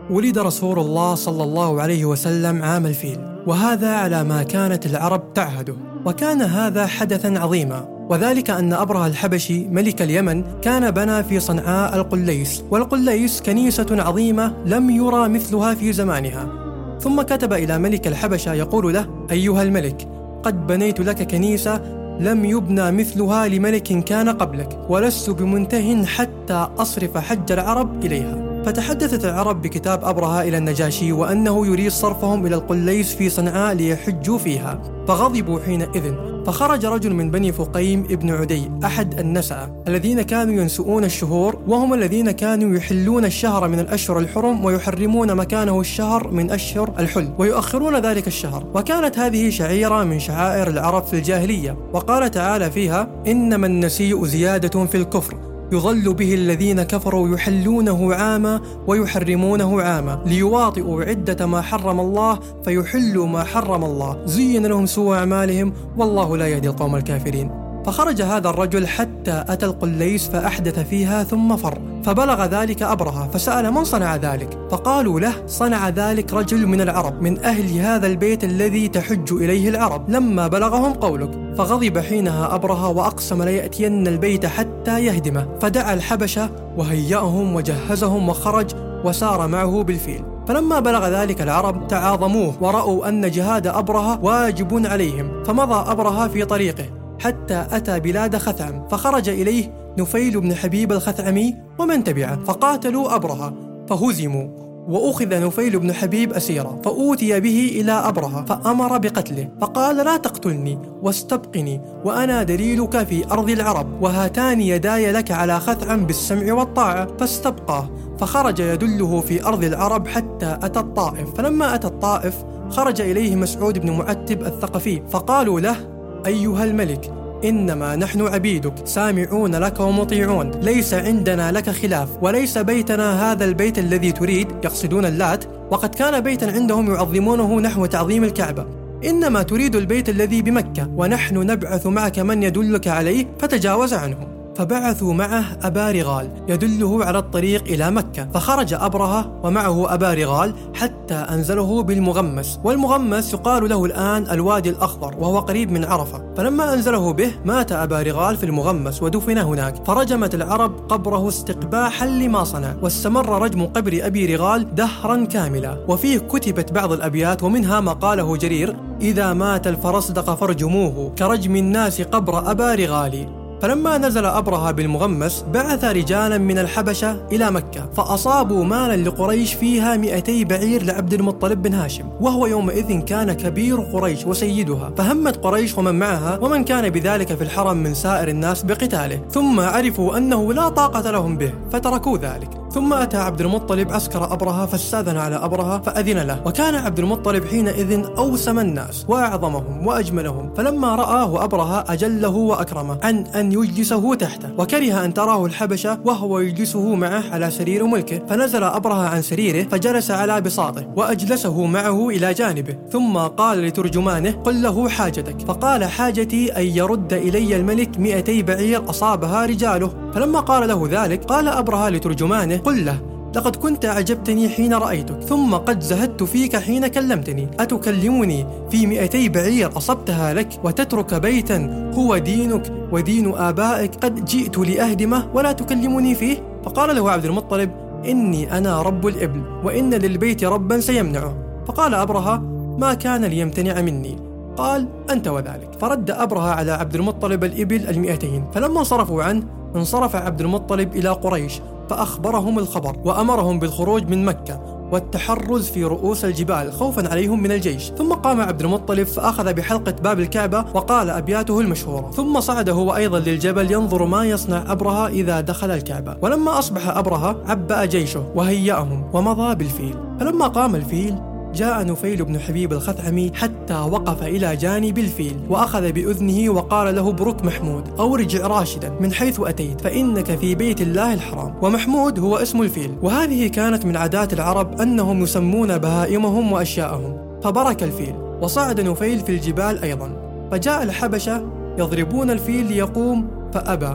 ولد رسول الله صلى الله عليه وسلم عام الفيل، وهذا على ما كانت العرب تعهده. وكان هذا حدثا عظيما، وذلك أن أبرهة الحبشي ملك اليمن كان بنى في صنعاء القليس، والقليس كنيسة عظيمة لم يرى مثلها في زمانها. ثم كتب إلى ملك الحبشة يقول له: أيها الملك، قد بنيت لك كنيسة لم يبنى مثلها لملك كان قبلك، ولست بمنته حتى أصرف حج العرب إليها. فتحدثت العرب بكتاب أبرهة إلى النجاشي وأنه يريد صرفهم إلى القليس في صنعاء ليحجوا فيها، فغضبوا حينئذ. فخرج رجل من بني فقيم ابن عدي أحد النسأة الذين كانوا ينسؤون الشهور، وهم الذين كانوا يحلون الشهر من الأشهر الحرم ويحرمون مكانه الشهر من أشهر الحل ويؤخرون ذلك الشهر. وكانت هذه شعيرة من شعائر العرب في الجاهلية، وقال تعالى فيها: إنما النسيء زيادة في الكفر يضل به الذين كفروا يحلونه عاما ويحرمونه عاما ليواطئوا عدة ما حرم الله فيحلوا ما حرم الله زين لهم سوء أعمالهم والله لا يهدي القوم الكافرين. فخرج هذا الرجل حتى أتى القليس فأحدث فيها ثم فر، فبلغ ذلك أبرهة فسأل: من صنع ذلك؟ فقالوا له: صنع ذلك رجل من العرب من أهل هذا البيت الذي تحج إليه العرب. لما بلغهم قولك فغضب حينها أبرهة وأقسم ليأتين البيت حتى يهدمه، فدعا الحبشة وهيأهم وجهزهم وخرج وسار معه بالفيل. فلما بلغ ذلك العرب تعاظموه ورأوا أن جهاد أبرهة واجب عليهم، فمضى أبرهة في طريقه حتى أتى بلاد خثعم، فخرج إليه نفيل بن حبيب الخثعمي ومن تبعه، فقاتلوا أبرهة فهزموا، وأخذ نفيل بن حبيب أسيرا، فأوتي به إلى أبرهة فأمر بقتله، فقال: لا تقتلني واستبقني وأنا دليلك في أرض العرب، وهاتان يداي لك على خثعم بالسمع والطاعة. فاستبقاه، فخرج يدله في أرض العرب حتى أتى الطائف. فلما أتى الطائف خرج إليه مسعود بن معتب الثقفي، فقالوا له: أيها الملك، إنما نحن عبيدك سامعون لك ومطيعون، ليس عندنا لك خلاف، وليس بيتنا هذا البيت الذي تريد، يقصدون اللات، وقد كان بيتا عندهم يعظمونه نحو تعظيم الكعبة، إنما تريد البيت الذي بمكة، ونحن نبعث معك من يدلك عليه فتجاوز عنه. فبعثوا معه أبا رغال يدله على الطريق إلى مكة، فخرج أبرهة ومعه أبا رغال حتى أنزله بالمغمس، والمغمس يقال له الآن الوادي الأخضر وهو قريب من عرفة. فلما أنزله به مات أبا رغال في المغمس ودفن هناك، فرجمت العرب قبره استقباحا لما صنع، واستمر رجم قبر أبي رغال دهرا كاملا. وفيه كتبت بعض الأبيات، ومنها ما قاله جرير: إذا مات الفرصدق فارجموه كرجم الناس قبر أبا رغال. فلما نزل أبرهة بالمغمس بعث رجالا من الحبشة إلى مكة، فأصابوا مالا لقريش فيها 200 بعير لعبد المطلب بن هاشم، وهو يومئذ كان كبير قريش وسيدها. فهمت قريش ومن معها ومن كان بذلك في الحرم من سائر الناس بقتاله، ثم عرفوا أنه لا طاقة لهم به فتركوا ذلك. ثم أتى عبد المطلب عسكر أبرهة فاستأذن على أبرهة فأذن له، وكان عبد المطلب حينئذ أوسم الناس وأعظمهم وأجملهم. فلما رآه أبرهة أجله وأكرمه عن أن يجلسه تحته، وكره أن تراه الحبشة وهو يجلسه معه على سرير ملكه، فنزل أبرهة عن سريره فجلس على بساطه وأجلسه معه إلى جانبه، ثم قال لترجمانه: قل له حاجتك. فقال: حاجتي أن يرد إلي الملك 200 بعير أصابها رجاله. فلما قال له ذلك قال أبرهة لترجمانه: قل له: لقد كنت أعجبتني حين رأيتك، ثم قد زهدت فيك حين كلمتني، أتكلمني في 200 بعير أصبتها لك وتترك بيتا هو دينك ودين آبائك قد جئت لأهدمه ولا تكلمني فيه؟ فقال له عبد المطلب: إني أنا رب الإبل وإن للبيت ربا سيمنعه. فقال أبرهة: ما كان ليمتنع مني. قال: أنت وذلك. فرد أبرهة على عبد المطلب الإبل 200. فلما انصرفوا عنه انصرف عبد المطلب إلى قريش فأخبرهم الخبر، وأمرهم بالخروج من مكة والتحرز في رؤوس الجبال خوفا عليهم من الجيش. ثم قام عبد المطلب فأخذ بحلقة باب الكعبة وقال أبياته المشهورة، ثم صعد هو أيضا للجبل ينظر ما يصنع أبرهة إذا دخل الكعبة. ولما أصبح أبرهة عبأ جيشه وهيأهم ومضى بالفيل. فلما قام الفيل جاء نفيل بن حبيب الخثعمي حتى وقف إلى جانب الفيل وأخذ بأذنه وقال له: برك محمود، أو ارجع راشدا من حيث أتيت، فإنك في بيت الله الحرام. ومحمود هو اسم الفيل. وهذه كانت من عادات العرب أنهم يسمون بهائمهم وأشياءهم. فبرك الفيل وصعد نفيل في الجبال أيضا، فجاء الحبشة يضربون الفيل ليقوم فأبى،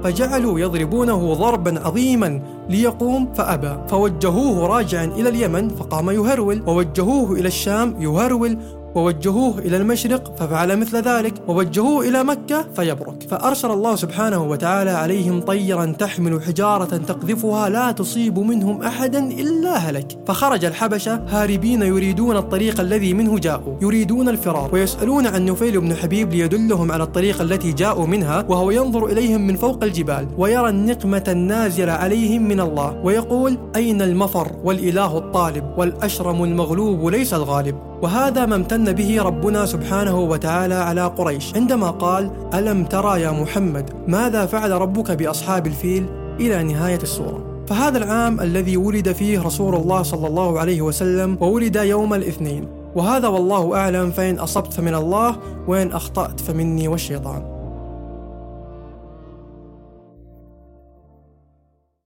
فجعلوا يضربونه ضربا عظيما ليقوم فأبى، فوجهوه راجعا إلى اليمن فقام يهرول، ووجهوه إلى الشام يهرول، ووجهوه إلى المشرق ففعل مثل ذلك، ووجهوه إلى مكة فيبرك. فأرسل الله سبحانه وتعالى عليهم طيرا تحمل حجارة تقذفها لا تصيب منهم أحدا إلا هلك. فخرج الحبشة هاربين يريدون الطريق الذي منه جاءوا، يريدون الفرار، ويسألون عن نفيل بن حبيب ليدلهم على الطريق التي جاءوا منها، وهو ينظر إليهم من فوق الجبال ويرى النقمة النازلة عليهم من الله، ويقول: أين المفر والإله الطالب والأشرم المغلوب ليس الغالب. وهذا ما امتن به ربنا سبحانه وتعالى على قريش عندما قال: ألم ترى يا محمد ماذا فعل ربك بأصحاب الفيل، إلى نهاية السورة. فهذا العام الذي ولد فيه رسول الله صلى الله عليه وسلم، وولد يوم الاثنين. وهذا والله أعلم، فإن أصبت فمن الله وإن أخطأت فمني والشيطان.